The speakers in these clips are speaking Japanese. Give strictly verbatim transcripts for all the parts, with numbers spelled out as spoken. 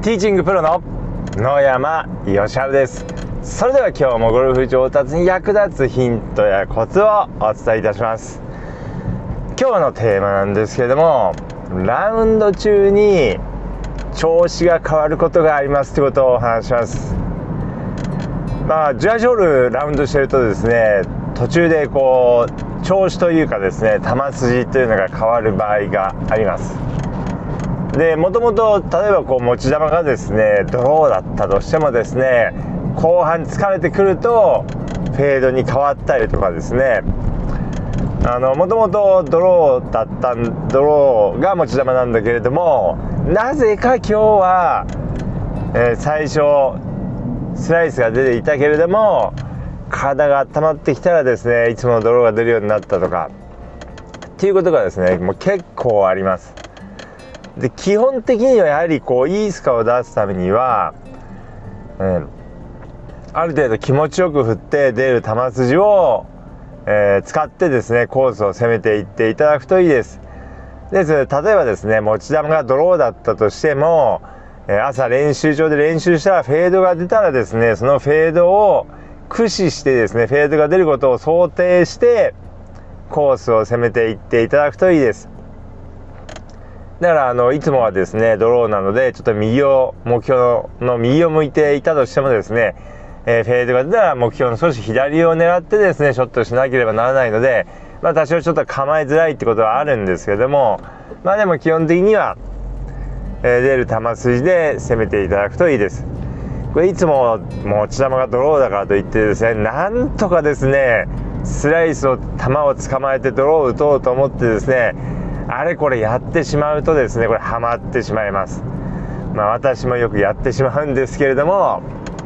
ティーチングプロの野山義晴です。それでは今日もゴルフ上達に役立つヒントやコツをお伝えいたします。今日のテーマなんですけれども、ラウンド中に調子が変わることがありますということをお話します。まあじゅうはちホールラウンドしてるとですね、途中でこう調子というかですね、球筋というのが変わる場合があります。でもともと例えばこう持ち球がですねドローだったとしてもですね、後半疲れてくるとフェードに変わったりとかですね、あのもともとドローだったドローが持ち球なんだけれども、なぜか今日は、えー、最初スライスが出ていたけれども体が温まってきたらですね、いつものドローが出るようになったとかっていうことがですね、もう結構あります。で基本的にはやはりこういいスコアを出すためには、うん、ある程度気持ちよく振って出る球筋を、えー、使ってですねコースを攻めていっていただくといいです。です例えばですね、持ち球がドローだったとしても、えー、朝練習場で練習したらフェードが出たらですね、そのフェードを駆使してですね、フェードが出ることを想定してコースを攻めていっていただくといいです。だからあのいつもはですねドローなので、ちょっと右を目標の右を向いていたとしてもですね、えー、フェードが出たら目標の少し左を狙ってですねショットしなければならないので、まあ多少ちょっと構えづらいってことはあるんですけども、まあでも基本的には、えー、出る球筋で攻めていただくといいです。これいつも持ち球がドローだからといってですね、なんとかですねスライスを球を捕まえてドローを打とうと思ってですね、あれこれやってしまうとですね、これハマってしまいます。まあ私もよくやってしまうんですけれども、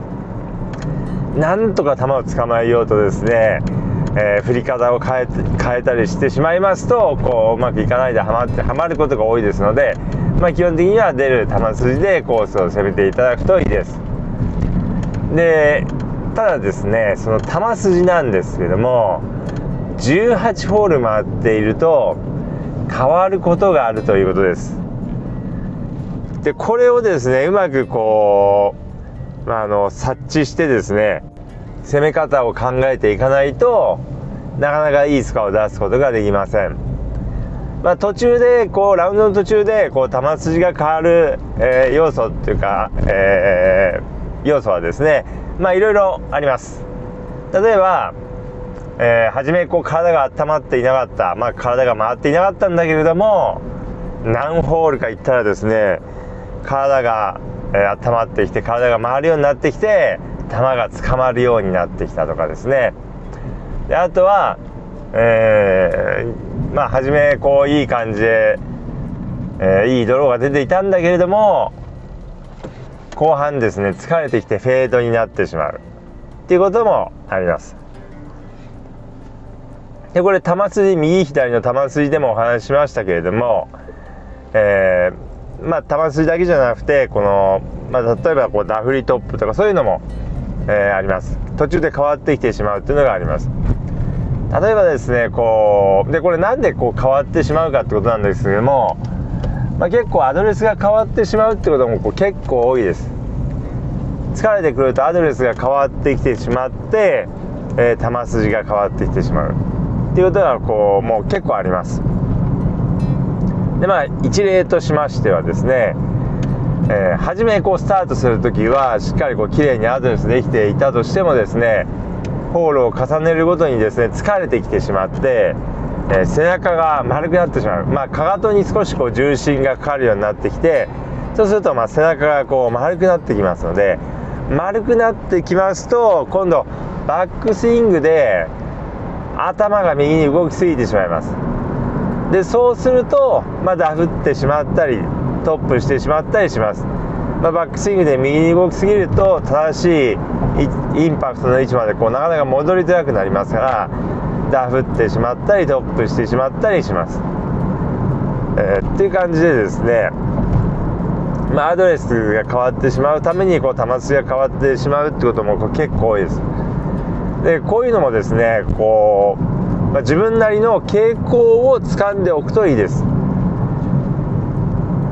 なんとか球を捕まえようとですね、えー、振り方を変えて変えたりしてしまいますと、こううまくいかないでハマってハマることが多いですので、まあ基本的には出る球筋でコースを攻めていただくといいです。でただですね、その球筋なんですけども、じゅうはちホール回っていると変わることがあるということです。でこれをですねうまくこう、まあ、あの察知してですね攻め方を考えていかないとなかなかいいスコアを出すことができません。まあ、途中でこうラウンドの途中でこう球筋が変わる、えー、要素っていうか、えー、要素はですね、まあいろいろあります。例えばえー、初めこう体が温まっていなかった、まあ、体が回っていなかったんだけれども、何ホールか行ったらですね体が、えー、温まってきて体が回るようになってきて球が捕まるようになってきたとかですね。であとは、えー、まあ初めこういい感じで、えー、いいドローが出ていたんだけれども、後半ですね疲れてきてフェードになってしまうっていうこともあります。でこれ球筋、右左の球筋でもお話ししましたけれども、えー、まあ球筋だけじゃなくてこの、まあ、例えばこうダフりトップとかそういうのも、えー、あります。途中で変わってきてしまうっていうのがあります。例えばですねこうでこれなんでこう変わってしまうかってことなんですけども、まあ、結構アドレスが変わってしまうってこともこう結構多いです。疲れてくるとアドレスが変わってきてしまって、えー、球筋が変わってきてしまうっていうことはこうもう結構あります。でまあ一例としましてはですね、えー、初めこうスタートするときはしっかりこう綺麗にアドレスできていたとしてもですね、ホールを重ねるごとにですね疲れてきてしまって、えー、背中が丸くなってしまう、まあかかとに少しこう重心がかかるようになってきて、そうするとまあ背中がこう丸くなってきますので、丸くなってきますと今度バックスイングで頭が右に動きすぎてしまいます。でそうするとまあダフってしまったりトップしてしまったりします。まあ、バックスイングで右に動きすぎると正しいインパクトの位置までこうなかなか戻りづらくなりますから、ダフってしまったりトップしてしまったりします。えー、っていう感じでですね、まあ、アドレスが変わってしまうためにこう球筋が変わってしまうってこともこう結構多いです。でこういうのもですねこう、まあ、自分なりの傾向を掴んでおくといいです。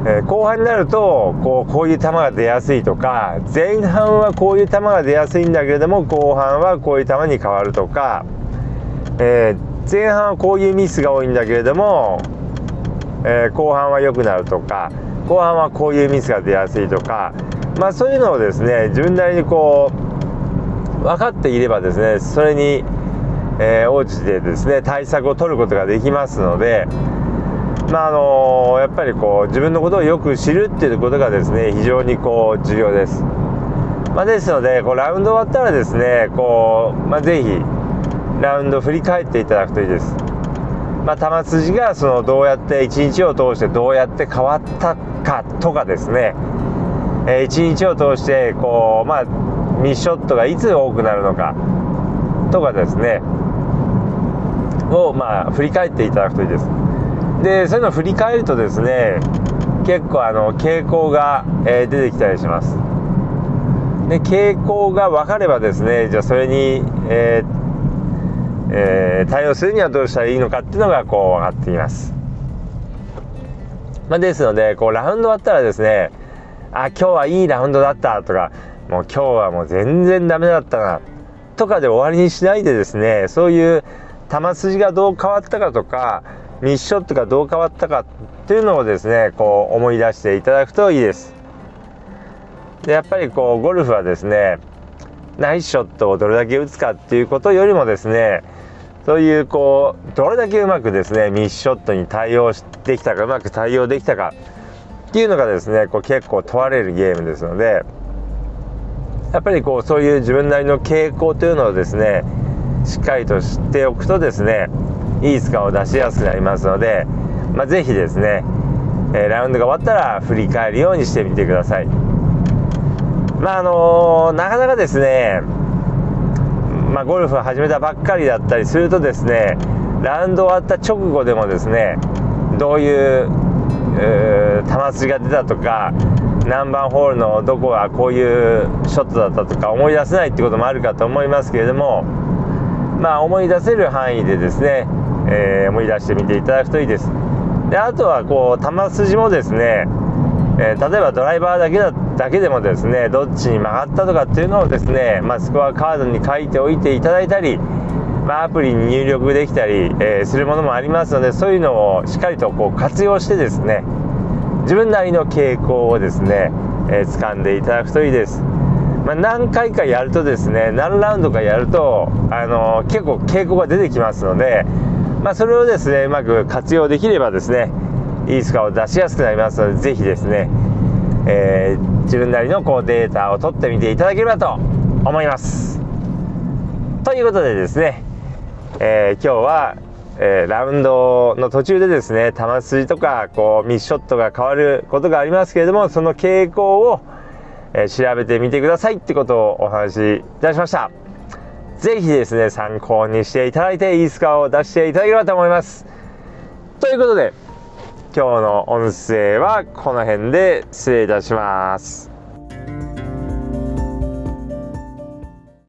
えー、後半になるとこう、こういう球が出やすいとか、前半はこういう球が出やすいんだけれども後半はこういう球に変わるとか、えー、前半はこういうミスが多いんだけれども、えー、後半は良くなるとか、後半はこういうミスが出やすいとか、まあ、そういうのをですね自分なりにこう分かっていればですね、それに、えー、応じてですね対策を取ることができますので、まああのやっぱりこう自分のことをよく知るっていうことがですね非常にこう重要です。まあ、ですのでこうラウンド終わったらですねこう、まあ、ぜひラウンド振り返っていただくといいです。まあ、球筋がそのどうやっていちにちを通してどうやって変わったかとかですね、えー、いちにちを通してこう、まあ、ミスショットがいつ多くなるのかとかですねを、まあ、振り返っていただくといいです。でそういうのを振り返るとですね結構あの傾向が、えー、出てきたりします。で傾向が分かればですね、じゃあそれに、えーえー、対応するにはどうしたらいいのかっていうのがこう分かっています。まあ、ですのでこうラウンド終わったらですね、あ今日はいいラウンドだったとか、もう今日はもう全然ダメだったなとかで終わりにしないでですね、そういう球筋がどう変わったかとかミッショットがどう変わったかっていうのをですねこう思い出していただくといいです。でやっぱりこうゴルフはですねナイスショットをどれだけ打つかっていうことよりもですね、そういうこうどれだけうまくですねミスショットに対応できたか、うまく対応できたかっていうのがですねこう結構問われるゲームですので、やっぱりこうそういう自分なりの傾向というのをですねしっかりと知っておくとですねいいスコアを出しやすくなりますので、まあ、ぜひですね、えー、ラウンドが終わったら振り返るようにしてみてください。まああのー、なかなかですね、まあ、ゴルフを始めたばっかりだったりするとですねラウンド終わった直後でもですねどういう、えー、球筋が出たとか何番ホールのどこがこういうショットだったとか思い出せないってこともあるかと思いますけれども、まあ思い出せる範囲でですね、えー、思い出してみていただくといいです。であとはこう球筋もですね、えー、例えばドライバーだけだだけでもですねどっちに曲がったとかっていうのをですね、まあ、スコアカードに書いておいていただいたり、まあ、アプリに入力できたり、えー、するものもありますので、そういうのをしっかりとこう活用してですね自分なりの傾向をですね、えー、掴んでいただくといいです。まあ、何回かやるとですね何ラウンドかやると、あのー、結構傾向が出てきますので、まあ、それをですねうまく活用できればですねいいスコアを出しやすくなりますので、ぜひですね、えー、自分なりのこうデータを取ってみていただければと思います。ということでですね、えー、今日は、えー、ラウンドの途中でですね球筋とかこうミスショットが変わることがありますけれども、その傾向を、えー、調べてみてくださいってことをお話しいたしました。ぜひですね参考にしていただいていいスコアを出していただければと思います。ということで今日の音声はこの辺で失礼いたします。